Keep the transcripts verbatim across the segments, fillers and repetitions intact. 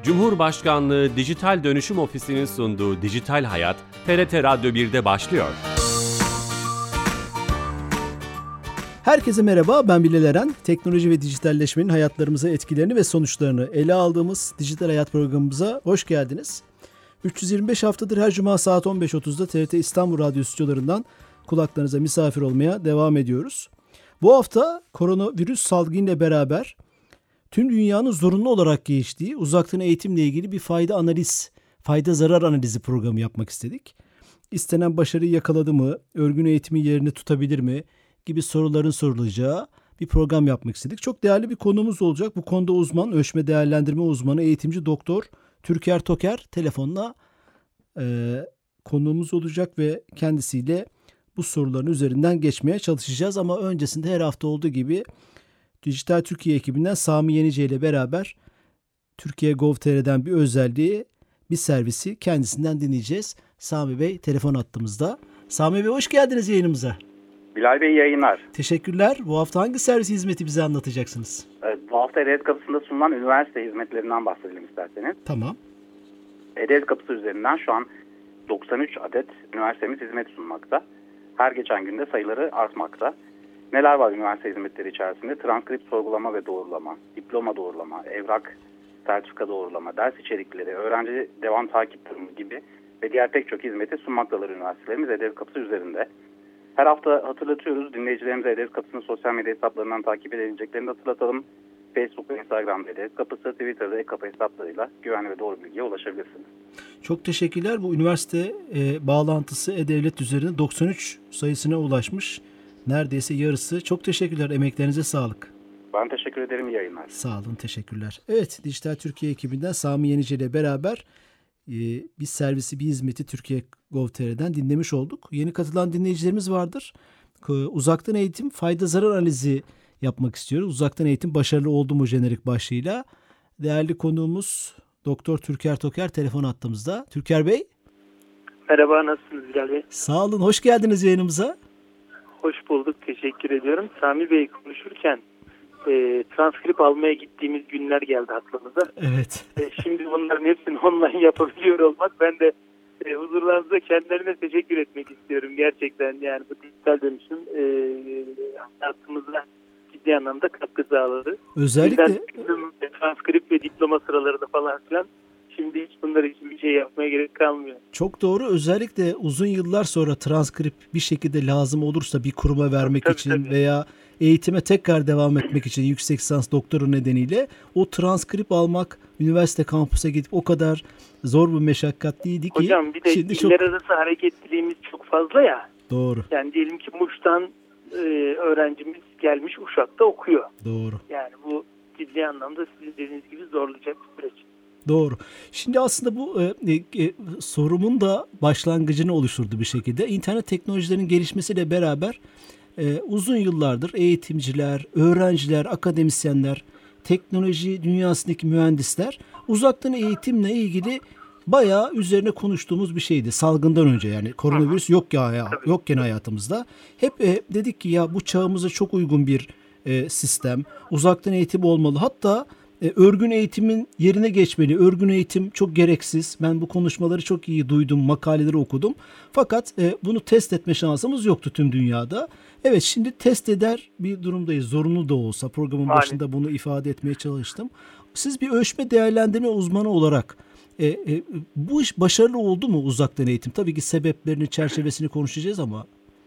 Cumhurbaşkanlığı Dijital Dönüşüm Ofisi'nin sunduğu Dijital Hayat, T R T Radyo bir'de başlıyor. Herkese merhaba, ben Bilal Eren. Teknoloji ve dijitalleşmenin hayatlarımıza etkilerini ve sonuçlarını ele aldığımız Dijital Hayat programımıza hoş geldiniz. üç yüz yirmi beş haftadır her cuma saat on beş otuzda T R T İstanbul Radyo stüdyolarından kulaklarınıza misafir olmaya devam ediyoruz. Bu hafta koronavirüs salgınıyla beraber tüm dünyanın zorunlu olarak geçtiği uzaktan eğitimle ilgili bir fayda analiz, fayda zarar analizi programı yapmak istedik. İstenen başarıyı yakaladı mı, örgün eğitimin yerini tutabilir mi gibi soruların sorulacağı bir program yapmak istedik. Çok değerli bir konuğumuz olacak. Bu konuda uzman, ölçme değerlendirme uzmanı, eğitimci doktor Türker Toker telefonla e, konuğumuz olacak ve kendisiyle bu soruların üzerinden geçmeye çalışacağız. Ama öncesinde her hafta olduğu gibi Dijital Türkiye ekibinden Sami Yenice ile beraber Türkiye nokta gov nokta t r'den bir özelliği, bir servisi kendisinden dinleyeceğiz. Sami Bey telefon attığımızda. Sami Bey hoş geldiniz yayınımıza. Bilal Bey yayınlar. Teşekkürler. Bu hafta hangi servis hizmeti bize anlatacaksınız? Evet, bu hafta E-Devlet Kapısı'nda sunulan üniversite hizmetlerinden bahsedelim isterseniz. Tamam. E-Devlet Kapısı üzerinden şu an doksan üç adet üniversitemiz hizmet sunmakta. Her geçen günde sayıları artmakta. Neler var üniversite hizmetleri içerisinde? Transkript sorgulama ve doğrulama, diploma doğrulama, evrak, sertifika doğrulama, ders içerikleri, öğrenci devam takip durumu gibi ve diğer pek çok hizmeti sunmaktalar üniversitelerimiz E-Devlet Kapısı üzerinde. Her hafta hatırlatıyoruz. Dinleyicilerimize E-Devlet Kapısı'nın sosyal medya hesaplarından takip edileceklerini hatırlatalım. Facebook ve Instagram'da E-Devlet Kapısı, Twitter'da E-Kapı hesaplarıyla güvenli ve doğru bilgiye ulaşabilirsiniz. Çok teşekkürler. Bu üniversite e, bağlantısı E-Devlet üzerinde doksan üç sayısına ulaşmış. Neredeyse yarısı. Çok teşekkürler. Emeklerinize sağlık. Ben teşekkür ederim. İyi yayınlar. Sağ olun. Teşekkürler. Evet, Dijital Türkiye ekibinden Sami Yenice ile beraber e, bir servisi, bir hizmeti Türkiye nokta gov nokta t r'den dinlemiş olduk. Yeni katılan dinleyicilerimiz vardır. Uzaktan eğitim fayda zarar analizi yapmak istiyoruz. Uzaktan eğitim başarılı oldu mu jenerik başlığıyla. Değerli konuğumuz Doktor Türker Toker telefon attığımızda. Türker Bey. Merhaba, nasılsınız Bilal Bey? Sağ olun. Hoş geldiniz yayınımıza. Hoş bulduk. Teşekkür ediyorum. Sami Bey konuşurken e, transkript almaya gittiğimiz günler geldi aklımıza. Evet. E, şimdi bunların hepsini online yapabiliyor olmak. Ben de e, huzurlarınızda kendilerine teşekkür etmek istiyorum. Gerçekten yani bu dijital dönüşüm e, hayatımıza ciddi anlamda katkı sağladı. Özellikle Bizden, transkript ve diploma sıralarında falan filan şimdi hiç bunlar için bir şey yapmaya gerek kalmıyor. Çok doğru. Özellikle uzun yıllar sonra transkript bir şekilde lazım olursa bir kuruma vermek tabii, için tabii. veya eğitime tekrar devam etmek için yüksek lisans doktoru nedeniyle o transkript almak, üniversite kampüse gidip o kadar zor bir meşakkatliydi ki. Hocam bir de şimdi iller çok... arası hareketliliğimiz çok fazla ya. Doğru. Yani diyelim ki Muş'tan e, öğrencimiz gelmiş Uşak'ta okuyor. Doğru. Yani bu ciddi anlamda sizin dediğiniz gibi zorlayacak bir süreç. Doğru. Şimdi aslında bu e, e, sorumun da başlangıcını oluşturdu bir şekilde. İnternet teknolojilerinin gelişmesiyle beraber e, uzun yıllardır eğitimciler, öğrenciler, akademisyenler, teknoloji dünyasındaki mühendisler uzaktan eğitimle ilgili bayağı üzerine konuştuğumuz bir şeydi. Salgından önce yani koronavirüs yok ya yokken hayatımızda. Hep e, dedik ki ya bu çağımıza çok uygun bir e, sistem, uzaktan eğitim olmalı. Hatta E, örgün eğitimin yerine geçmeli. Örgün eğitim çok gereksiz. Ben bu konuşmaları çok iyi duydum, makaleleri okudum. Fakat e, bunu test etme şansımız yoktu tüm dünyada. Evet, şimdi test eder bir durumdayız. Zorunlu da olsa programın Aynen. başında bunu ifade etmeye çalıştım. Siz bir ölçme değerlendirme uzmanı olarak e, e, bu iş başarılı oldu mu uzaktan eğitim? Tabii ki sebeplerini, çerçevesini konuşacağız ama.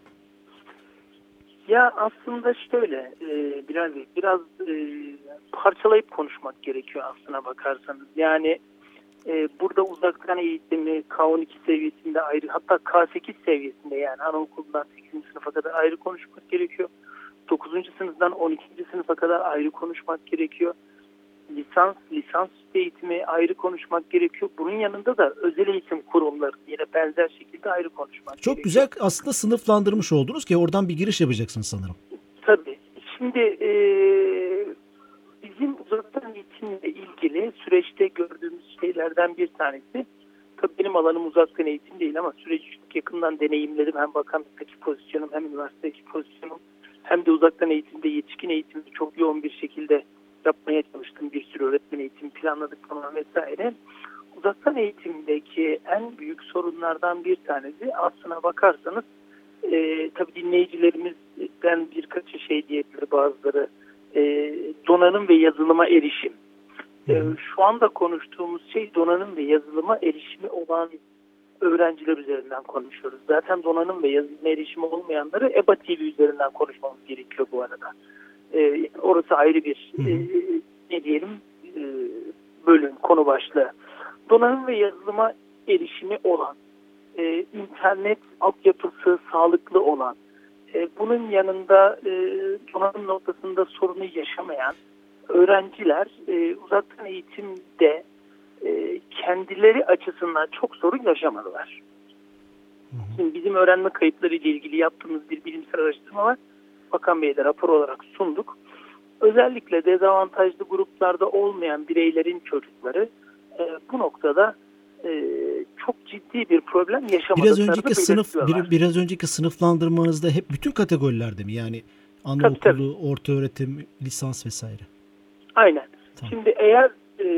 Ya aslında şöyle e, Bilal Bey, biraz e, parçalayıp konuşmak gerekiyor aslına bakarsanız. Yani e, burada uzaktan eğitimi K on iki seviyesinde ayrı, hatta K sekiz seviyesinde yani anaokulundan sekizinci sınıfa kadar ayrı konuşmak gerekiyor. dokuzuncu sınıftan on ikinci sınıfa kadar ayrı konuşmak gerekiyor. Lisans, lisans eğitimi ayrı konuşmak gerekiyor. Bunun yanında da özel eğitim kurumları yine benzer şekilde ayrı konuşmak Çok gerekiyor. güzel aslında sınıflandırmış oldunuz ki oradan bir giriş yapacaksınız sanırım. Tabii. Şimdi e, bizim uzaktan eğitimle ilgili süreçte gördüğümüz şeylerden bir tanesi, tabii benim alanım uzaktan eğitim değil ama süreci çok yakından deneyimledim. Hem bakanlıktaki pozisyonum hem üniversitedeki pozisyonum hem de uzaktan eğitimde yetişkin eğitimde çok yoğun bir şekilde yapmaya çalıştım. Bir sürü öğretmen eğitimi planladık falan vesaire. Uzaktan eğitimdeki en büyük sorunlardan bir tanesi aslına bakarsanız e, tabii dinleyicilerimizden birkaçı şey diyebilir bazıları e, donanım ve yazılıma erişim. E, şu anda konuştuğumuz şey donanım ve yazılıma erişimi olan öğrenciler üzerinden konuşuyoruz. Zaten donanım ve yazılıma erişimi olmayanları E B A T V üzerinden konuşmamız gerekiyor bu arada. E, orası ayrı bir e, ne diyelim e, bölüm, konu başlığı. Donanım ve yazılıma erişimi olan, e, internet altyapısı sağlıklı olan, e, bunun yanında e, donanım noktasında sorunu yaşamayan öğrenciler e, uzaktan eğitimde e, kendileri açısından çok sorun yaşamadılar. Şimdi bizim öğrenme kayıpları ile ilgili yaptığımız bir bilimsel araştırma var. Bakan Bey'e de rapor olarak sunduk. Özellikle dezavantajlı gruplarda olmayan bireylerin çocukları e, bu noktada e, çok ciddi bir problem yaşamadıklarını Biraz önceki sınıf belirtiyorlar. bir, biraz önceki sınıflandırmanızda hep bütün kategorilerde mi? Yani anaokulu, Tabii, tabii. orta öğretim, lisans vesaire. Aynen. Tamam. Şimdi eğer e,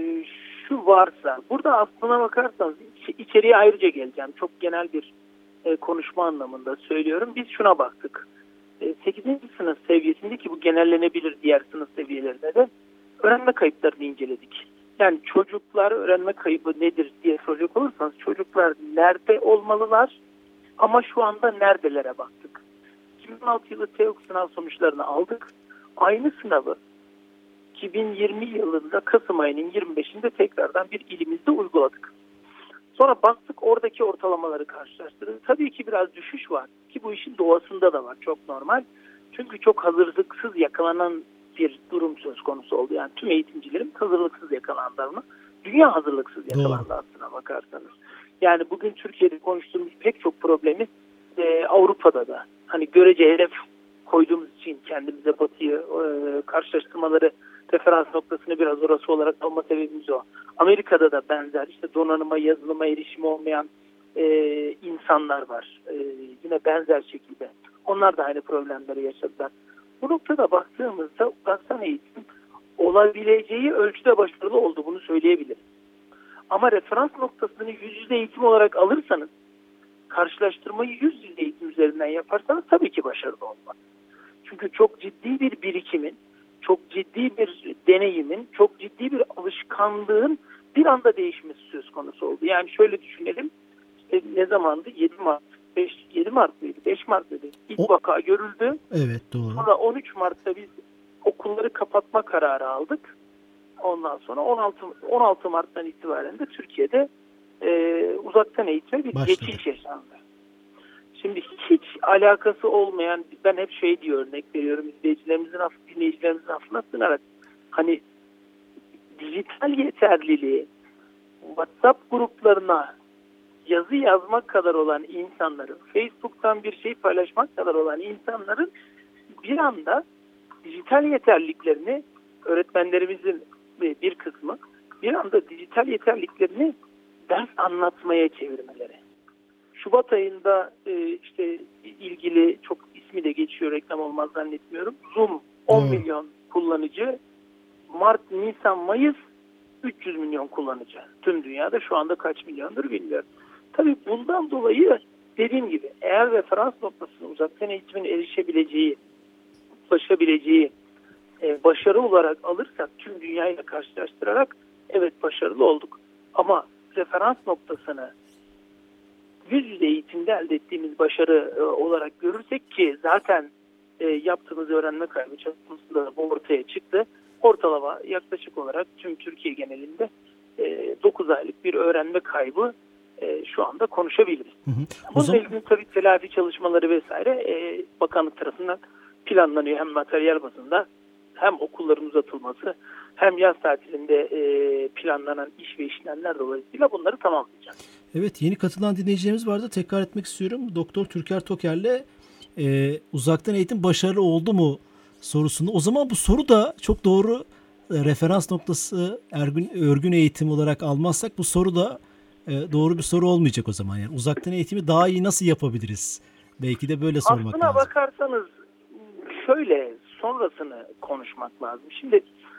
şu varsa, burada aslına bakarsanız iç, içeriye ayrıca geleceğim. Çok genel bir e, konuşma anlamında söylüyorum. Biz şuna baktık. E, sekizinci sınıf seviyesinde, ki bu genellenebilir diğer sınıf seviyelerinde de, öğrenme kayıplarını inceledik. Yani çocuklar öğrenme kaybı nedir diye soracak olursanız, çocuklar nerede olmalılar ama şu anda neredelere baktık. iki bin on altı yılı TEOK sınav sonuçlarını aldık. Aynı sınavı iki bin yirmi yılında Kasım ayının yirmi beşinde tekrardan bir ilimizde uyguladık. Sonra baktık, oradaki ortalamaları karşılaştırdık. Tabii ki biraz düşüş var ki bu işin doğasında da var, çok normal. Çünkü çok hazırlıksız yakalanan bir durum söz konusu oldu. Yani tüm eğitimcilerin hazırlıksız yakalandığını, dünya hazırlıksız yakalandı Doğru. aslına bakarsanız. Yani bugün Türkiye'de konuştuğumuz pek çok problemi e, Avrupa'da da, hani görece hedef koyduğumuz için kendimize Batı'yı e, karşılaştırmaları, referans noktasını biraz orası olarak alma sebebimiz o. Amerika'da da benzer işte donanıma, yazılıma erişimi olmayan e, insanlar var. E, yine benzer şekilde. Onlar da aynı problemleri yaşadılar. Bu noktada baktığımızda uzaktan eğitim olabileceği ölçüde başarılı oldu, bunu söyleyebilirim. Ama referans noktasını yüz yüze eğitim olarak alırsanız, karşılaştırmayı yüz yüze eğitim üzerinden yaparsanız tabii ki başarılı olmaz. Çünkü çok ciddi bir birikimin, çok ciddi bir deneyimin, çok ciddi bir alışkanlığın bir anda değişmesi söz konusu oldu. Yani şöyle düşünelim, işte ne zamandı? yedi Mart, beş, yedi Mart mıydı? beş Mart mıydı? İlk O... vaka görüldü. Evet, doğru. Sonra on üç Mart'ta biz okulları kapatma kararı aldık. Ondan sonra on altı, on altı Mart'tan itibaren de Türkiye'de e, uzaktan eğitime bir Başladı. geçiş yaşandı. Şimdi hiç alakası olmayan, ben hep şey diye örnek veriyorum izleyicilerimizin, dinleyicilerimizin affına sığınarak, hani dijital yeterliliği WhatsApp gruplarına yazı yazmak kadar olan insanların, Facebook'tan bir şey paylaşmak kadar olan insanların bir anda dijital yeterliliklerini, öğretmenlerimizin bir kısmı bir anda dijital yeterliliklerini ders anlatmaya çevirmeleri. Şubat ayında e, işte ilgili, çok ismi de geçiyor, reklam olmaz zannetmiyorum, Zoom on hmm. milyon kullanıcı, Mart, Nisan, Mayıs üç yüz milyon kullanıcı. Tüm dünyada şu anda kaç milyondur bilmiyorum. Tabii bundan dolayı dediğim gibi, eğer referans noktasını uzaktan eğitimin erişebileceği, ulaşabileceği e, başarı olarak alırsak, tüm dünyayla karşılaştırarak evet başarılı olduk. Ama referans noktasını yüz yüze eğitimde elde ettiğimiz başarı e, olarak görürsek, ki zaten e, yaptığımız öğrenme kaybı çalışmasında bu ortaya çıktı. Ortalama yaklaşık olarak tüm Türkiye genelinde e, dokuz aylık bir öğrenme kaybı e, şu anda konuşabiliriz. Hı hı. Bununla zaman... ilgili tabii telafi çalışmaları vesaire e, bakanlık tarafından planlanıyor. Hem materyal bazında, hem okulların uzatılması, hem yaz tatilinde e, planlanan iş ve işlemler dolayısıyla bunları tamamlayacağız. Evet, yeni katılan dinleyicilerimiz vardı. Tekrar etmek istiyorum. Doktor Türker Toker'le e, uzaktan eğitim başarılı oldu mu sorusunu. O zaman bu soru da çok doğru, e, referans noktası ergün, örgün eğitim olarak almazsak bu soru da e, doğru bir soru olmayacak o zaman. Yani uzaktan eğitimi daha iyi nasıl yapabiliriz? Belki de böyle sormak Aslına lazım. bakarsanız şöyle sonrasını konuşmak lazım. Şimdi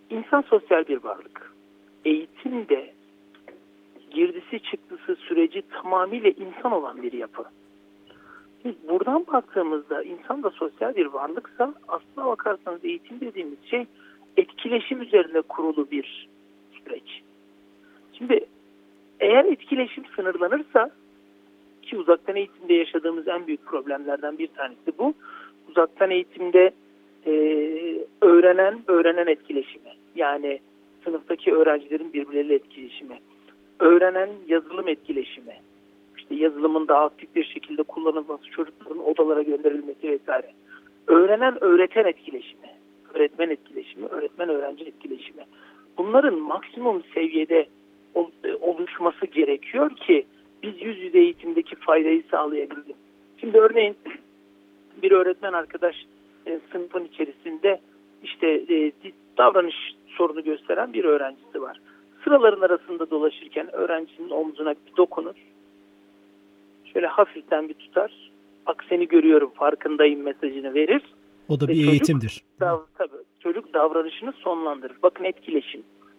İnsan sosyal bir varlık. Eğitim de girdisi çıktısı süreci tamamıyla insan olan bir yapı. Biz buradan baktığımızda insan da sosyal bir varlıksa aslına bakarsanız eğitim dediğimiz şey etkileşim üzerine kurulu bir süreç. Şimdi eğer etkileşim sınırlanırsa, ki uzaktan eğitimde yaşadığımız en büyük problemlerden bir tanesi bu. Uzaktan eğitimde e, öğrenen öğrenen etkileşimi, yani sınıftaki öğrencilerin birbirleriyle etkileşimi, öğrenen yazılım etkileşimi, işte yazılımın daha aktif bir şekilde kullanılması, çocukların odalara gönderilmesi vesaire. Öğrenen öğreten etkileşimi, öğretmen etkileşimi, öğretmen öğrenci etkileşimi. Bunların maksimum seviyede oluşması gerekiyor ki biz yüz yüze eğitimdeki faydayı sağlayabiliriz. Şimdi örneğin bir öğretmen arkadaş e, sınıfın içerisinde işte e, davranış sorunu gösteren bir öğrencisi var. Sıraların arasında dolaşırken öğrencinin omzuna bir dokunur. Şöyle hafiften bir tutar. Bak seni görüyorum, farkındayım mesajını verir. O da Ve bir çocuk, eğitimdir. Dav, tabii, çocuk davranışını sonlandırır. Bakın etkileşim.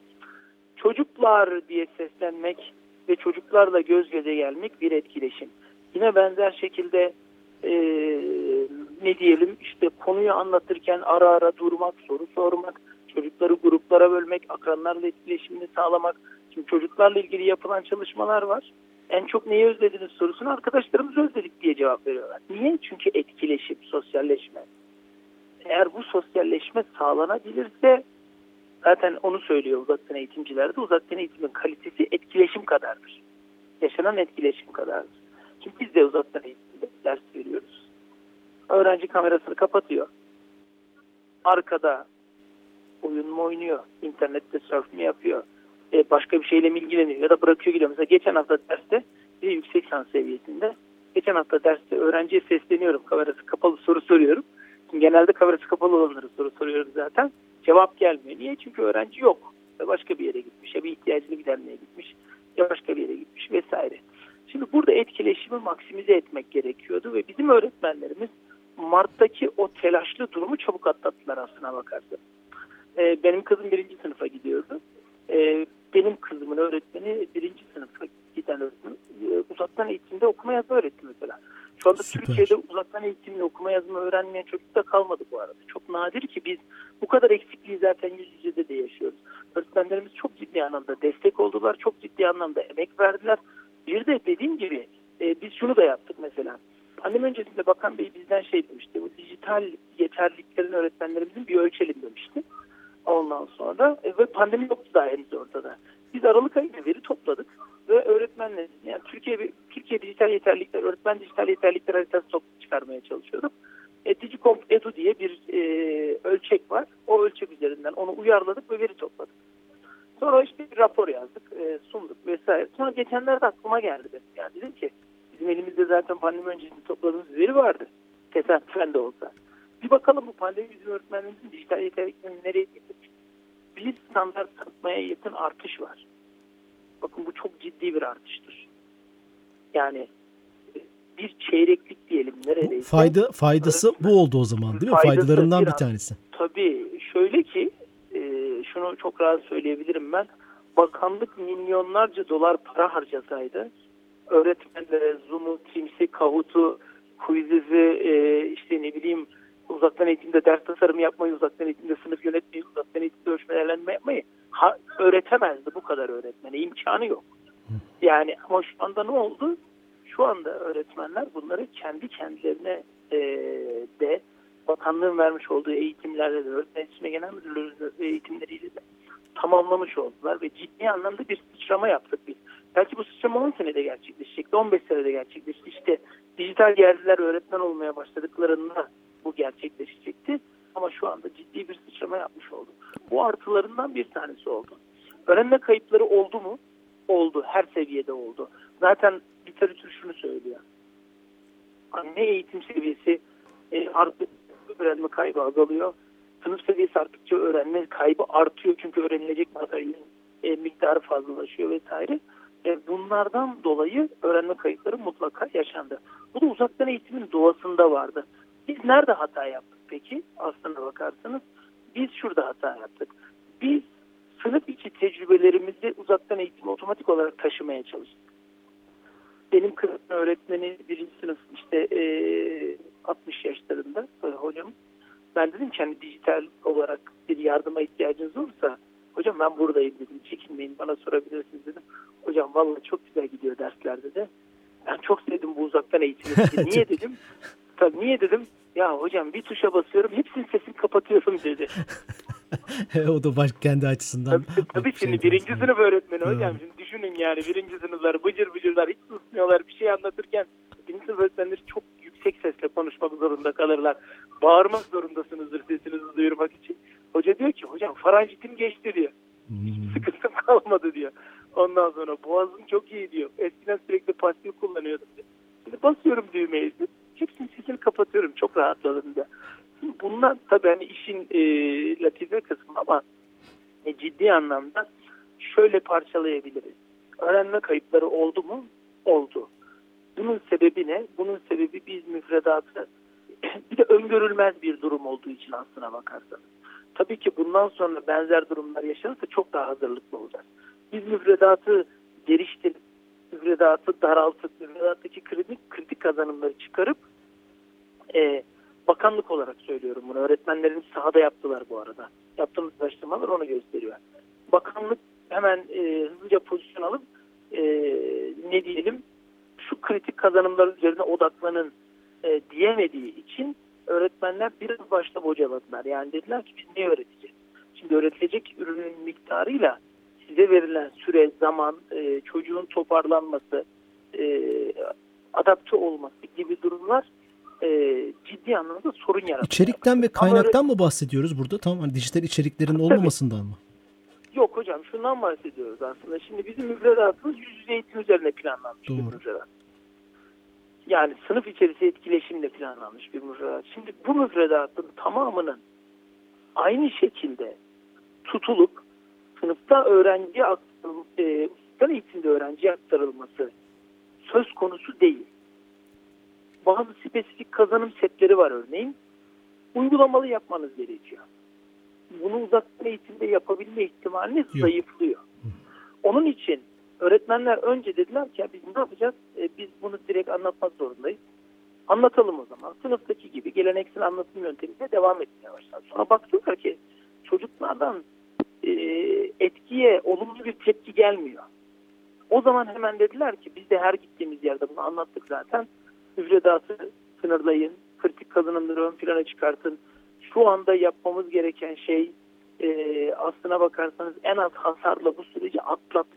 Çocuklar diye seslenmek ve çocuklarla göz göze gelmek bir etkileşim. Yine benzer şekilde e, ne diyelim işte konuyu anlatırken ara ara durmak, soru sormak, çocukları gruplara bölmek, akranlarla etkileşimini sağlamak. Şimdi çocuklarla ilgili yapılan çalışmalar var. En çok neyi özlediniz sorusuna arkadaşlarımız özledik diye cevap veriyorlar. Niye? Çünkü etkileşim, sosyalleşme. Eğer bu sosyalleşme sağlanabilirse, zaten onu söylüyor uzaktan eğitimciler de, uzaktan eğitimin kalitesi etkileşim kadardır. Yaşanan etkileşim kadardır. Şimdi biz de uzaktan eğitimde ders veriyoruz. Öğrenci kamerasını kapatıyor. Arkada oyun mu oynuyor, internette surf mi yapıyor, e, başka bir şeyle mi ilgileniyor ya da bırakıyor gidiyor. Mesela geçen hafta derste bir yüksek lisans seviyesinde, geçen hafta derste öğrenciye sesleniyorum, kamerası kapalı soru soruyorum. Şimdi genelde kamerası kapalı olanlara soru soruyorum zaten. Cevap gelmiyor. Niye? Çünkü öğrenci yok. Ya başka bir yere gitmiş, ya bir ihtiyacını gidermeye gitmiş, ya başka bir yere gitmiş vesaire. Şimdi burada etkileşimi maksimize etmek gerekiyordu ve bizim öğretmenlerimiz Mart'taki o telaşlı durumu çabuk atlattılar aslına bakarsan. Ee, benim kızım birinci sınıfa gidiyordu. Ee, benim kızımın öğretmeni birinci sınıfa giden öğretmen e, uzaktan eğitimde okuma yazma öğretti mesela. Şu anda Süper. Türkiye'de uzaktan eğitimle okuma yazma öğrenmeyen çocuk da kalmadı bu arada. Çok nadir ki biz bu kadar eksikliği zaten yüz yüze de yaşıyoruz. Öğretmenlerimiz çok ciddi anlamda destek oldular, çok ciddi anlamda emek verdiler. Bir de dediğim gibi e, biz şunu da yaptık mesela. Pandemi öncesinde Bakan Bey bizden şey demişti, bu dijital yeterliliklerin öğretmenlerimizin bir ölçelim demişti. Ondan sonra e, ve pandemi yoktu daha henüz ortada. Biz Aralık ayında veri topladık ve öğretmenler, yani Türkiye Türkiye dijital yeterlilikler, öğretmen dijital yeterlilikler haritası çıkarmaya çalışıyorduk. E, Digicomp Edu diye bir e, ölçek var. O ölçek üzerinden onu uyarladık ve veri topladık. Sonra işte bir rapor yazdık, e, sunduk vesaire. Sonra geçenlerde aklıma geldi benim. Yani dedim ki bizim elimizde zaten pandemi öncesinde topladığımız veri vardı. Tesadüfen de olsa. Bir bakalım bu pandemi bizim öğretmenlerimizin dijital yeterliliklerini nereye getirmiş. Bir standart satmaya yakın artış var. Bakın bu çok ciddi bir artıştır. Yani bir çeyreklik diyelim neredeyse. Fayda, faydası bu oldu o zaman değil mi? Faydalarından bir, bir tanesi. Tabii şöyle ki e, şunu çok rahat söyleyebilirim ben. Bakanlık milyonlarca dolar para harcasaydı öğretmenlere Zoom'u, Teams'i, Kahoot'u, Quiziz'i, e, işte ne bileyim uzaktan eğitimde ders tasarımı yapmayı, uzaktan eğitimde sınıf yönetmeyi, uzaktan eğitimde ölçme değerlendirme yapmayı ha, öğretemezdi bu kadar öğretmene. İmkanı yok. Yani ama şu anda ne oldu? Şu anda öğretmenler bunları kendi kendilerine e, de bakanlığın vermiş olduğu eğitimlerle de öğretmen yetiştirme genel müdürlüğü eğitimleriyle de tamamlamış oldular ve ciddi anlamda bir sıçrama yaptık biz. Belki bu sıçrama on senede gerçekleşecekti, on beş senede gerçekleşti. İşte dijital yerliler öğretmen olmaya başladıklarında bu gerçekleşecekti. Ama şu anda ciddi bir sıçrama yapmış olduk. Bu artılarından bir tanesi oldu. Öğrenme kayıpları oldu mu? Oldu. Her seviyede oldu. Zaten literatür şunu söylüyor. Anne eğitim seviyesi e, artık öğrenme kaybı azalıyor. Sınıf seviyesi arttıkça öğrenme kaybı artıyor. Çünkü öğrenilecek materyalin e, miktarı fazlalaşıyor vesaire. E, bunlardan dolayı öğrenme kayıpları mutlaka yaşandı. Bu da uzaktan eğitimin doğasında vardı. Biz nerede hata yaptık peki? Aslına bakarsanız biz şurada hata yaptık. biz sınıf içi tecrübelerimizi uzaktan eğitime otomatik olarak taşımaya çalıştık. Benim kızım öğretmeni birinci sınıf işte e, altmış yaşlarında e, hocam. Ben dedim ki hani dijital olarak bir yardıma ihtiyacınız olursa hocam ben buradayım dedim. Çekinmeyin, bana sorabilirsiniz dedim. Hocam vallahi çok güzel gidiyor derslerde de. Ben çok sevdim bu uzaktan eğitimi. Niye dedim? Tabii niye dedim? Ya hocam bir tuşa basıyorum, hepsinin sesini kapatıyorum dedi. O da baş kendi açısından. Tabii, tabii şimdi birinci sınıf öğretmeni hocam. Şimdi düşünün yani birinci sınıflar bıcır bıcırlar, hiç susmuyorlar. Bir şey anlatırken birinci sınıf öğretmenleri çok yüksek sesle konuşmak zorunda kalırlar. Bağırmak zorundasınızdır sesinizi duyurmak için. Hoca diyor ki hocam faranjitim geçti diyor. Hiçbir sıkıntım kalmadı diyor. Ondan sonra boğazım çok iyi diyor. Eskiden sürekli pastil kullanıyordum diyor. Şimdi basıyorum düğmeyi. Hepsinin sesini kapatıyorum. Çok rahatladım diyor. Şimdi bunlar tabii hani işin e, latife kısmı ama e, ciddi anlamda şöyle parçalayabiliriz. Öğrenme kayıpları oldu mu? Oldu. Bunun sebebi ne? Bunun sebebi biz müfredatı bir de öngörülmez bir durum olduğu için aslına bakarsanız. Tabii ki bundan sonra benzer durumlar yaşanırsa çok daha hazırlıklı olacağız. Biz müfredatı geliştirip, müfredatı daraltıp, müfredattaki kritik, kritik kazanımları çıkarıp e, bakanlık olarak söylüyorum bunu. Öğretmenlerimiz sahada yaptılar bu arada. Yaptığımız araştırmalar onu gösteriyor. Bakanlık hemen e, hızlıca pozisyon alıp e, ne diyelim şu kritik kazanımlar üzerine odaklanın e, diyemediği için öğretmenler biraz başta bocaladılar. Yani dediler ki biz ne öğreteceğiz? Şimdi öğretilecek ürünün miktarıyla size verilen süre, zaman, e, çocuğun toparlanması, e, adapte olması gibi durumlar e, ciddi anlamda sorun yaratıyor. İçerikten ve kaynaktan mı bahsediyoruz burada? Tam hani dijital içeriklerin olmamasından mı? Yok hocam, şundan bahsediyoruz aslında. Şimdi bizim müfredatımız yüz yüze eğitim üzerine planlanmış Doğru. bir müfredat. Yani sınıf içerisi etkileşimle planlanmış bir müfredat. Şimdi bu müfredatın tamamının aynı şekilde tutulup sınıfta öğrenciye aktarılması, e, eğitimde öğrenciye aktarılması söz konusu değil. Bazı spesifik kazanım setleri var örneğin. Uygulamalı yapmanız gerekiyor. Bunu uzaktan eğitimde yapabilme ihtimaliniz Yok. zayıflıyor. Onun için öğretmenler önce dediler ki ya biz ne yapacağız? E, biz bunu direkt anlatmak zorundayız. Anlatalım o zaman. Sınıftaki gibi geleneksel anlatım yöntemiyle devam etmeye başlar. Sonra baktılar ki çocuklardan e, etkiye olumlu bir tepki gelmiyor. O zaman hemen dediler ki biz de her gittiğimiz yerde bunu anlattık zaten. Müfredatı sınırlayın, kritik kazanımları ön plana çıkartın. Şu anda yapmamız gereken şey e, aslına bakarsanız en az hasarla bu süreci atlat.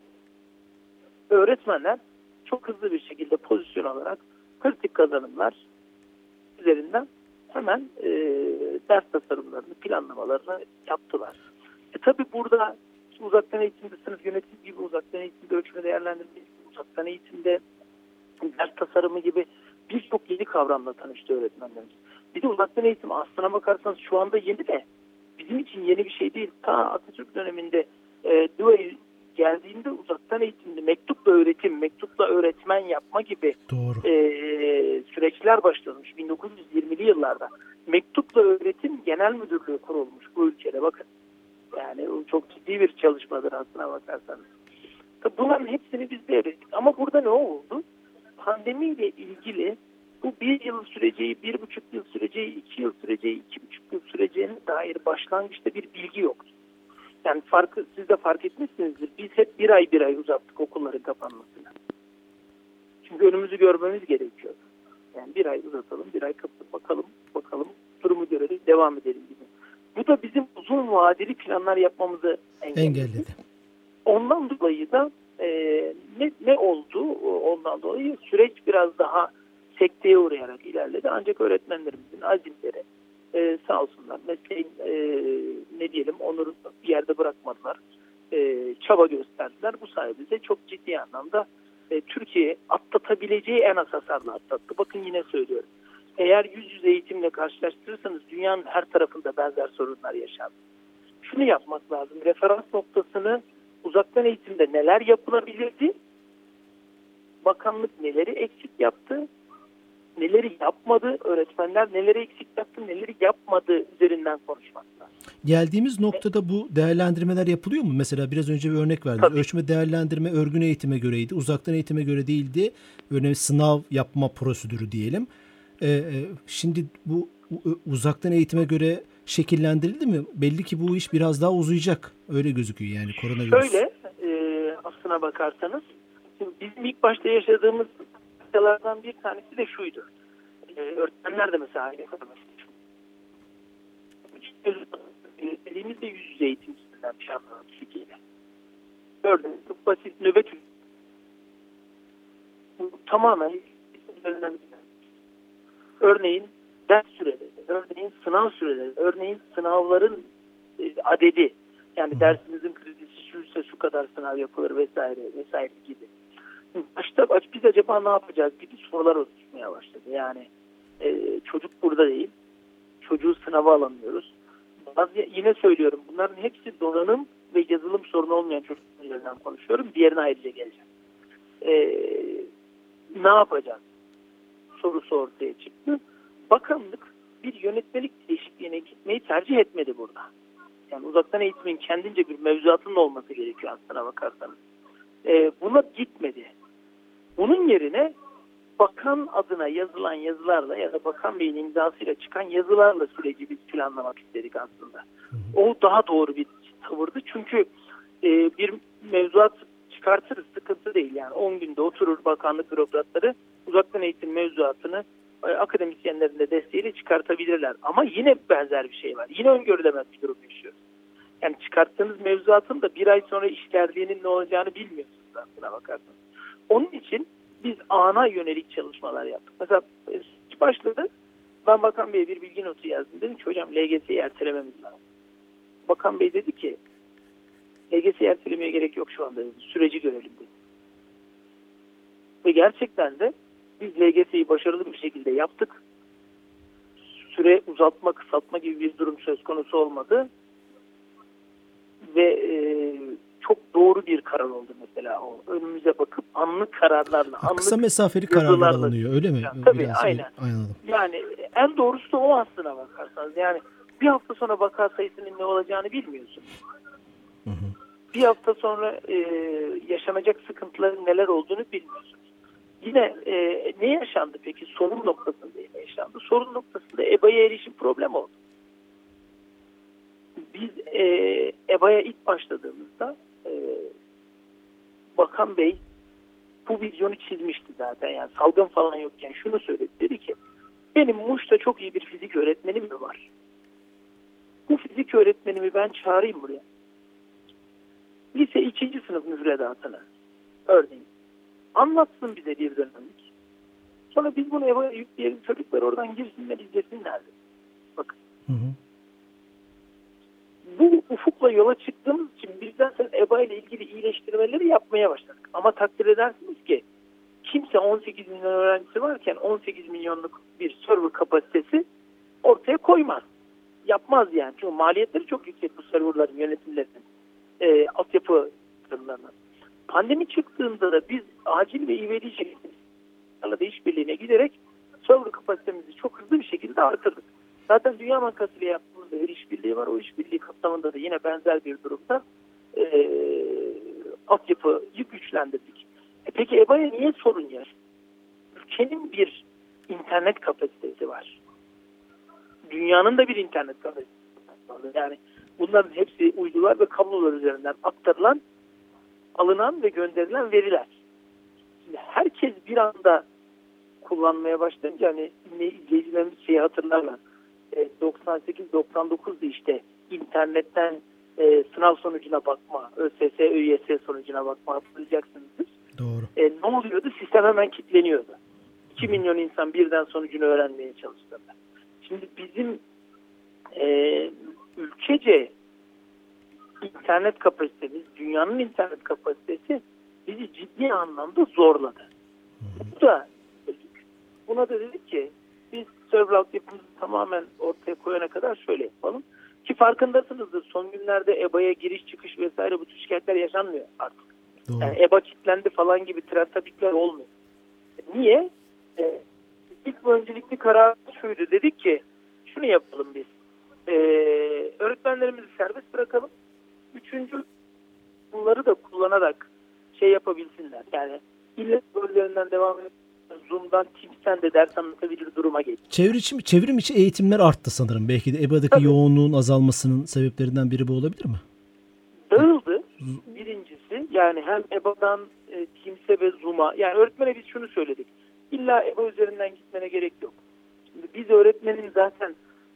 Öğretmenler çok hızlı bir şekilde pozisyon alarak kritik kazanımlar üzerinden hemen e, ders tasarımlarını, planlamalarını yaptılar. E tabi burada uzaktan eğitimde sınıf yönetimi gibi, uzaktan eğitimde ölçme değerlendirme gibi, uzaktan eğitimde ders tasarımı gibi birçok yeni kavramla tanıştı öğretmenlerimiz. Bir de uzaktan eğitim aslına bakarsanız şu anda yeni de bizim için yeni bir şey değil. Ta Atatürk döneminde e, Dewey geldiğinde uzaktan eğitimde mektupla öğretim, mektupla öğretmen yapma gibi Doğru. e, süreçler başlamış bin dokuz yüz yirmili yıllarda. Mektupla öğretim genel müdürlüğü kurulmuş bu ülkede, bakın. Yani o çok ciddi bir çalışmadır aslına bakarsanız. Tabii bunların hepsini biz de öğrettik. Ama burada ne oldu? Pandemiyle ilgili bu bir yıl süreceği, bir buçuk yıl süreceği, iki yıl süreceği, iki buçuk yıl süreceğine dair başlangıçta bir bilgi yoktu. Yani farkı, siz de fark etmişsinizdir. Biz hep bir ay bir ay uzattık okulların kapanmasını. Çünkü önümüzü görmemiz gerekiyor. Yani bir ay uzatalım, bir ay kapatıp bakalım, bakalım, durumu görelim, devam edelim gibi. Bu da bizim uzun vadeli planlar yapmamızı engelledi. Engelledi. Ondan dolayı da e, ne, ne oldu? Ondan dolayı süreç biraz daha sekteye uğrayarak ilerledi. Ancak öğretmenlerimizin azimleri e, sağ olsunlar. Mesleğin e, ne diyelim onuru bir yerde bırakmadılar. E, çaba gösterdiler. Bu sayede çok ciddi anlamda e, Türkiye atlatabileceği en az hasarla atlattı. Bakın yine söylüyorum. Eğer yüz yüze eğitimle karşılaştırırsanız dünyanın her tarafında benzer sorunlar yaşandı. Şunu yapmak lazım. Referans noktasını uzaktan eğitimde neler yapılabilirdi? Bakanlık neleri eksik yaptı? neleri yapmadı, öğretmenler neleri eksik yaptı, neleri yapmadı üzerinden konuşmak lazım. Geldiğimiz noktada bu değerlendirmeler yapılıyor mu? Mesela biraz önce bir örnek verdiniz. Tabii. Ölçme değerlendirme örgün eğitime göreydi. Uzaktan eğitime göre değildi. Örneğin sınav yapma prosedürü diyelim. Ee, şimdi bu uzaktan eğitime göre şekillendirildi mi? Belli ki bu iş biraz daha uzayacak. Öyle gözüküyor yani koronavirüs. Şöyle e, aslına bakarsanız şimdi bizim ilk başta yaşadığımız noktalardan bir tanesi de şuydu. E, öğretmenler de mesela aynı kadar. Dediğimizde yüz yüze eğitim üstünden bir şey anladım Türkiye'de. Örneğin çok basit nöbet. Bu tamamen örneğin ders süreleri, örneğin sınav süreleri, örneğin sınavların e, adedi. Yani dersinizin kredisi şuysa şu kadar sınav yapılır vesaire vesaire gibi. Başta biz acaba ne yapacağız gibi sorular oluşmaya başladı. Yani e, çocuk burada değil. Çocuğu sınava alamıyoruz. Bazı, yine söylüyorum bunların hepsi donanım ve yazılım sorunu olmayan çocuklardan konuşuyorum. Diğerine ayrıca geleceğim. E, ne yapacağız? Sorusu ortaya çıktı. Bakanlık bir yönetmelik değişikliğine gitmeyi tercih etmedi burada. Yani uzaktan eğitimin kendince bir mevzuatının olması gerekiyor aslına bakarsanız. Ee, buna gitmedi. Bunun yerine bakan adına yazılan yazılarla ya da bakan beyin imzasıyla çıkan yazılarla süreci biz planlamak istedik aslında. O daha doğru bir tavırdı. Çünkü e, bir mevzuat çıkartırız, sıkıntı değil. Yani on günde oturur bakanlık bürokratları uzaktan eğitim mevzuatını e, akademisyenlerin de desteğiyle çıkartabilirler. Ama yine benzer bir şey var. Yine öngörülemez bir durum yaşıyoruz. Yani çıkarttığınız mevzuatın da bir ay sonra işlerliğinin ne olacağını bilmiyorsunuz aslına bakarsanız. Onun için biz ana yönelik çalışmalar yaptık. Mesela başladı. Ben Bakan Bey'e bir bilgi notu yazdım. Dedim ki hocam L G S'yi ertelememiz lazım. Bakan Bey dedi ki L G S'yi ertelemeye gerek yok şu anda dedi. Süreci görelim dedi. Ve gerçekten de biz L G S'yi başarılı bir şekilde yaptık. Süre uzatma, kısaltma gibi bir durum söz konusu olmadı. Ve e, çok doğru bir karar oldu mesela o. Önümüze bakıp anlık kararlarla, anlık kısa mesafeli kararlar alınıyor öyle mi? Yani, tabii Biraz aynen. Anladım. Yani en doğrusu da o aslına bakarsanız. Yani bir hafta sonra vaka sayısının ne olacağını bilmiyorsunuz. Hı hı. Bir hafta sonra e, yaşanacak sıkıntıların neler olduğunu bilmiyorsunuz. Yine e, ne yaşandı peki? Sorun noktasında ne yaşandı? Sorun noktasında E B A'ya erişim problem oldu. Biz e, E B A'ya ilk başladığımızda e, Bakan Bey bu vizyonu çizmişti zaten. Yani salgın falan yokken şunu söyledi. Dedi ki benim Muş'ta çok iyi bir fizik öğretmenim mi var? Bu fizik öğretmenimi ben çağırayım buraya. Lise ikinci sınıf müfredatını örneğin anlatsın bize bir dönemlik. Sonra biz bunu E B A'ya yükleyelim, çocuklar oradan girsinler, izlesinler. Bakın. Hı hı. Bu ufukla yola çıktığımız için biz zaten E B A ile ilgili iyileştirmeleri yapmaya başladık. Ama takdir edersiniz ki kimse on sekiz milyon öğrencisi varken on sekiz milyonluk bir server kapasitesi ortaya koymaz. Yapmaz yani. Çünkü maliyetleri çok yüksek bu serverların yönetimlerinin. E, altyapı yatırımlarının. Pandemi çıktığında da biz acil ve ivedi şekilde işbirliğine giderek server kapasitemizi çok hızlı bir şekilde artırdık. Zaten Dünya Bankası ile yaptığımız bir işbirliği var. O işbirliği kapsamında da yine benzer bir durumda e, altyapıyı güçlendirdik. E peki E B A'ya niye sorun yaşanıyor? Ülkenin bir internet kapasitesi var. Dünyanın da bir internet kapasitesi var. Yani bunların hepsi uydular ve kablolar üzerinden aktarılan, alınan ve gönderilen veriler. Şimdi herkes bir anda kullanmaya başlayınca hani izleyicilerimiz şeyi hatırlarlar. doksan sekiz doksan dokuzda işte internetten e, sınav sonucuna bakma, ÖSS, ÖYS sonucuna bakma hatırlayacaksınızdır. Doğru. E, ne oluyordu? Sistem hemen kilitleniyordu. iki milyon insan birden sonucunu öğrenmeye çalıştığında. Şimdi bizim e, ülkece internet kapasitemiz, dünyanın internet kapasitesi bizi ciddi anlamda zorladı. Bu da buna da dedik ki biz server altyapımızı tamamen ortaya koyana kadar şöyle yapalım. Ki farkındasınızdır son günlerde E B A'ya giriş çıkış vesaire bu tür şikayetler yaşanmıyor artık. Doğru. Yani E B A kilitlendi falan gibi trend tapikler olmuyor. Niye? Ee, ilk öncelikli karar şuydu. Dedik ki şunu yapalım biz. Ee, öğretmenlerimizi serbest bırakalım. Üçüncü, bunları da kullanarak şey yapabilsinler. Yani illa bölgelerinden devam edip Zoom'dan, Teams'ten de ders anlatabilir duruma geldi. Çevrim, çevrim içi eğitimler arttı sanırım. Belki de E B A'daki Tabii. yoğunluğun azalmasının sebeplerinden biri bu olabilir mi? Dağıldı. Birincisi yani hem E B A'dan e, Teams'e ve Zoom'a, yani öğretmene biz şunu söyledik. İlla E B A üzerinden gitmene gerek yok. Şimdi biz öğretmenin zaten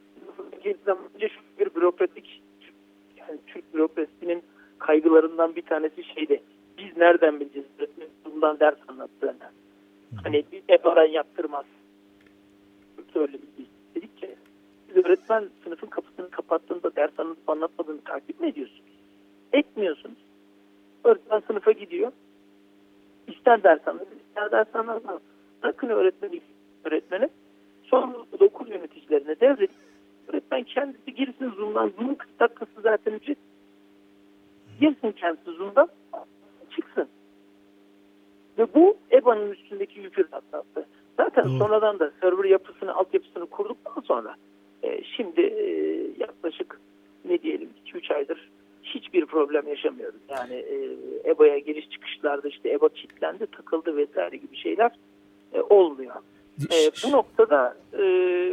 önce şu bir bürokratik, yani Türk bürokrasisinin kaygılarından bir tanesi şeydi. Biz nereden bileceğiz öğretmenin bundan ders anlattığını? Hani bir E B A'dan yaptırmaz. Söyledik biz. Dedik ki biz öğretmen sınıfın kapısını kapattığında ders anlatıp anlatmadığını takip mi ediyorsunuz? Etmiyorsunuz. Öğretmen sınıfa gidiyor. İster ders anlatır, ister ders anlatmaz. Bırakın öğretmeni, öğretmeni. Sonra da okul yöneticilerine devredip öğretmen kendisi girsin Zoom'dan. Zoom'un kırk dakikası zaten ücret. Girsin kendisi Zoom'dan, çıksın. Ve bu E B A'nın üstündeki yükü rahatlattı. Zaten Doğru. sonradan da server yapısını, altyapısını kurduktan sonra e, şimdi e, yaklaşık ne diyelim iki üç aydır hiçbir problem yaşamıyoruz. Yani e, E B A'ya giriş çıkışlarda işte E B A kilitlendi, takıldı vesaire gibi şeyler e, olmuyor. E, bu noktada e,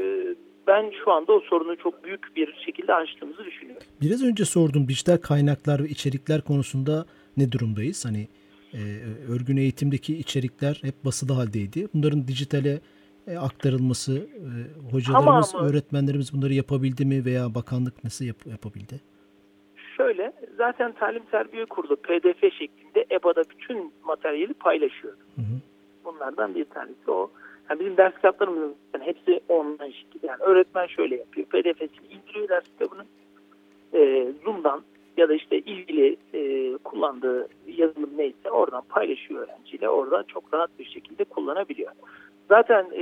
ben şu anda o sorunu çok büyük bir şekilde aştığımızı düşünüyorum. Biraz önce sordum, dijital kaynaklar ve içerikler konusunda ne durumdayız? Hani e, örgün eğitimdeki içerikler hep basılı haldeydi. Bunların dijitale e, aktarılması, e, hocalarımız, Tamamı. öğretmenlerimiz bunları yapabildi mi veya bakanlık nasıl yap- yapabildi? Şöyle, zaten Talim Terbiye Kurulu P D F şeklinde E B A'da bütün materyali paylaşıyor. Hı hı. Bunlardan bir tanesi o. Yani bizim ders kitaplarımızın yani hepsi online şekilde. Yani öğretmen şöyle yapıyor. P D F'sini indiriyor ders kitabını. E, Zoom'dan ya da işte ilgili e, kullandığı yazılım neyse oradan paylaşıyor öğrenciyle. Orada çok rahat bir şekilde kullanabiliyor. Zaten e,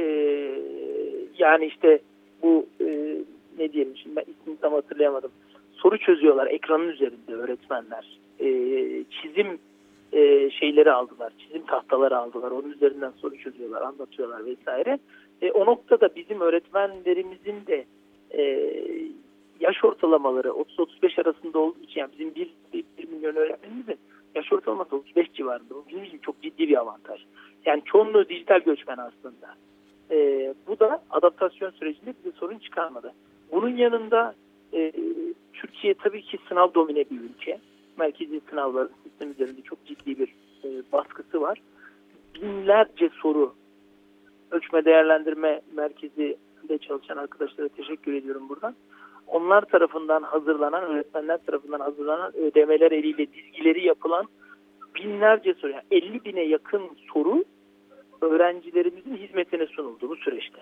yani işte bu e, ne diyelim şimdi ben ismini tam hatırlayamadım. Soru çözüyorlar ekranın üzerinde öğretmenler. E, çizim e, şeyleri aldılar. Çizim tahtaları aldılar. Onun üzerinden soru çözüyorlar, anlatıyorlar vesaire. E, o noktada bizim öğretmenlerimizin de e, yaş ortalamaları otuz otuz beş arasında olduğu için yani bizim bir, bir, bir milyon öğretmenimizin yaş ortalaması otuz beş civarında. Bu bizim için çok ciddi bir avantaj. Yani çoğunluğu dijital göçmen aslında. E, bu da adaptasyon sürecinde bize sorun çıkarmadı. Bunun yanında e, Türkiye tabii ki sınav domine bir ülke. Merkezi sınavların sistem üzerinde çok ciddi bir e, baskısı var. Binlerce soru ölçme değerlendirme merkezinde çalışan arkadaşlara teşekkür ediyorum buradan. Onlar tarafından hazırlanan, öğretmenler tarafından hazırlanan ödemeler eliyle dizgileri yapılan binlerce soru, yani elli bine yakın soru öğrencilerimizin hizmetine sunuldu bu süreçte.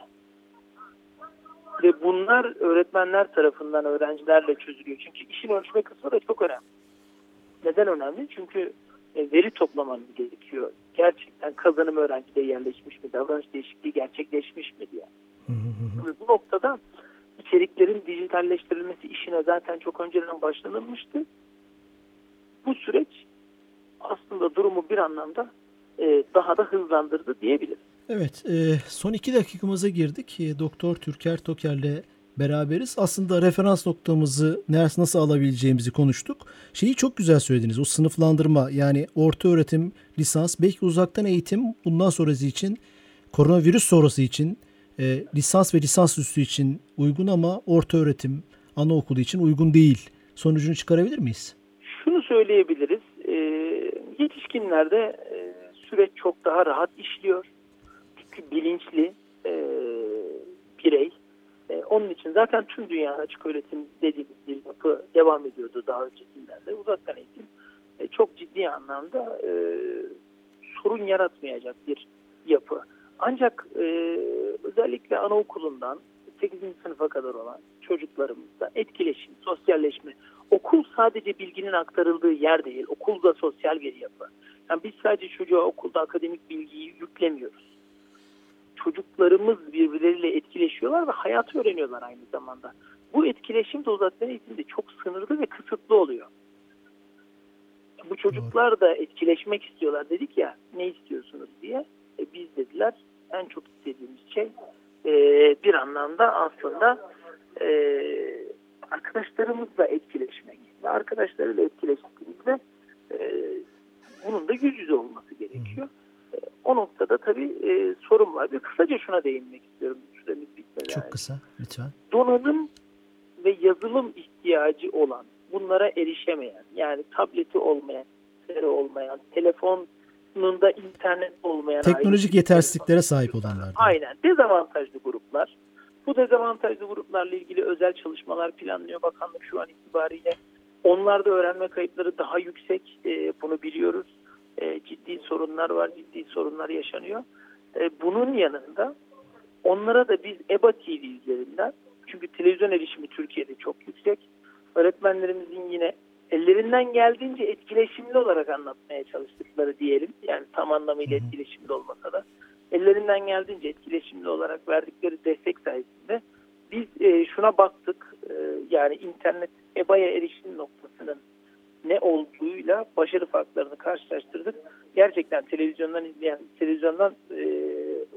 Ve bunlar öğretmenler tarafından öğrencilerle çözülüyor. Çünkü işin ölçme kısmı da çok önemli. Neden önemli? Çünkü veri toplamanız gerekiyor. Gerçekten kazanım öğrencide yerleşmiş mi? Davranış değişikliği gerçekleşmiş mi diye. Hı hı hı. Bu noktada içeriklerin dijitalleştirilmesi işine zaten çok önceden başlanılmıştı. Bu süreç aslında durumu bir anlamda e, daha da hızlandırdı diyebiliriz. Evet, e, son iki dakikamıza girdik. E, Doktor Türker Toker'le beraberiz. Aslında referans noktamızı nasıl alabileceğimizi konuştuk. Şeyi çok güzel söylediniz. O sınıflandırma, yani orta öğretim, lisans, belki uzaktan eğitim bundan sonrası için, koronavirüs sonrası için e, lisans ve lisans üstü için uygun ama orta öğretim, anaokulu için uygun değil. Sonucunu çıkarabilir miyiz? Şunu söyleyebiliriz. E, yetişkinlerde e, süreç çok daha rahat işliyor. Çünkü bilinçli e, birey. E, onun için zaten tüm dünya açık öğretim dediğimiz bir yapı devam ediyordu daha öncesinden de. Uzaktan eğitim e, çok ciddi anlamda e, sorun yaratmayacak bir yapı. Ancak e, özellikle anaokulundan sekizinci sınıfa kadar olan çocuklarımızda etkileşim, sosyalleşme, okul sadece bilginin aktarıldığı yer değil, okul da sosyal bir yapı. Yani biz sadece çocuğa okulda akademik bilgiyi yüklemiyoruz. Çocuklarımız birbirleriyle etkileşiyorlar ve hayatı öğreniyorlar aynı zamanda. Bu etkileşim de uzaktan eğitimde çok sınırlı ve kısıtlı oluyor. Bu çocuklar da etkileşmek istiyorlar dedik ya, ne istiyorsunuz diye. E biz dediler en çok istediğimiz şey e, bir anlamda aslında e, arkadaşlarımızla etkileşmek ve arkadaşlarıyla etkileştiğimizde e, bunun da yüz yüze olması gerekiyor. E, o noktada tabii e, sorun var. Bir kısaca şuna değinmek istiyorum. Süremiz bitmeden. Çok kısa lütfen. Donanım ve yazılım ihtiyacı olan, bunlara erişemeyen, yani tableti olmayan, bilgisayarı olmayan, telefonunda internet olmayan, teknolojik yetersizliklere sahip olanlar. Aynen, dezavantajlı gruplar. Bu dezavantajlı gruplarla ilgili özel çalışmalar planlıyor bakanlık şu an itibariyle. Onlarda öğrenme kayıpları daha yüksek, e, bunu biliyoruz. E, ciddi sorunlar var, ciddi sorunlar yaşanıyor. E, bunun yanında onlara da biz E B A T V üzerinden, çünkü televizyon erişimi Türkiye'de çok yüksek, öğretmenlerimizin yine ellerinden geldiğince etkileşimli olarak anlatmaya çalıştıkları diyelim. Yani tam anlamıyla etkileşimli olmasa da ellerinden geldiğince etkileşimli olarak verdikleri destek sayesinde biz e, şuna baktık. E, yani internet E B A'ya erişim noktasının ne olduğuyla başarı farklarını karşılaştırdık. Gerçekten televizyondan izleyen, televizyondan e,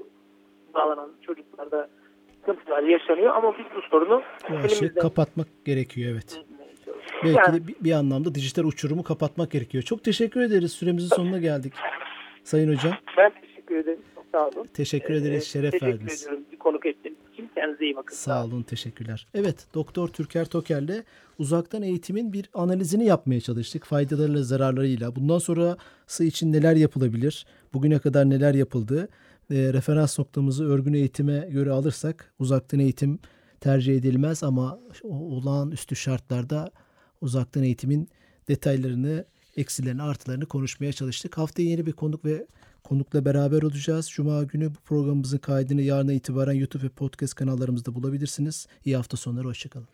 bağlanan çocuklarda sıkıntılar yaşanıyor ama biz bu sorunu elimizden kapatmak gerekiyor, evet. Belki yani, de bir, bir anlamda dijital uçurumu kapatmak gerekiyor. Çok teşekkür ederiz. Süremizin sonuna geldik. Sayın Hocam. Ben teşekkür ederim. Çok sağ olun. Teşekkür ederiz. Ee, Şeref teşekkür verdiniz. Teşekkür ediyorum. Bir konuk ettiğiniz için. Kendinize iyi bakın. Sağ olun. Teşekkürler. Evet. Doktor Türker Toker'le uzaktan eğitimin bir analizini yapmaya çalıştık. Faydalarıyla, zararlarıyla. Bundan sonrası için neler yapılabilir? Bugüne kadar neler yapıldı? E, referans noktamızı örgün eğitime göre alırsak uzaktan eğitim tercih edilmez ama olağanüstü şartlarda uzaktan eğitimin detaylarını, eksilerini, artılarını konuşmaya çalıştık. Haftaya yeni bir konuk ve konukla beraber olacağız. Cuma günü bu programımızın kaydını yarına itibaren YouTube ve podcast kanallarımızda bulabilirsiniz. İyi hafta sonları, hoşçakalın.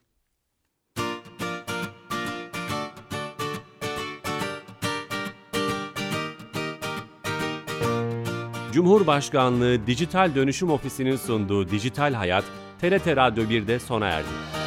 Cumhurbaşkanlığı Dijital Dönüşüm Ofisi'nin sunduğu Dijital Hayat, T R T Radyo bir'de sona erdi.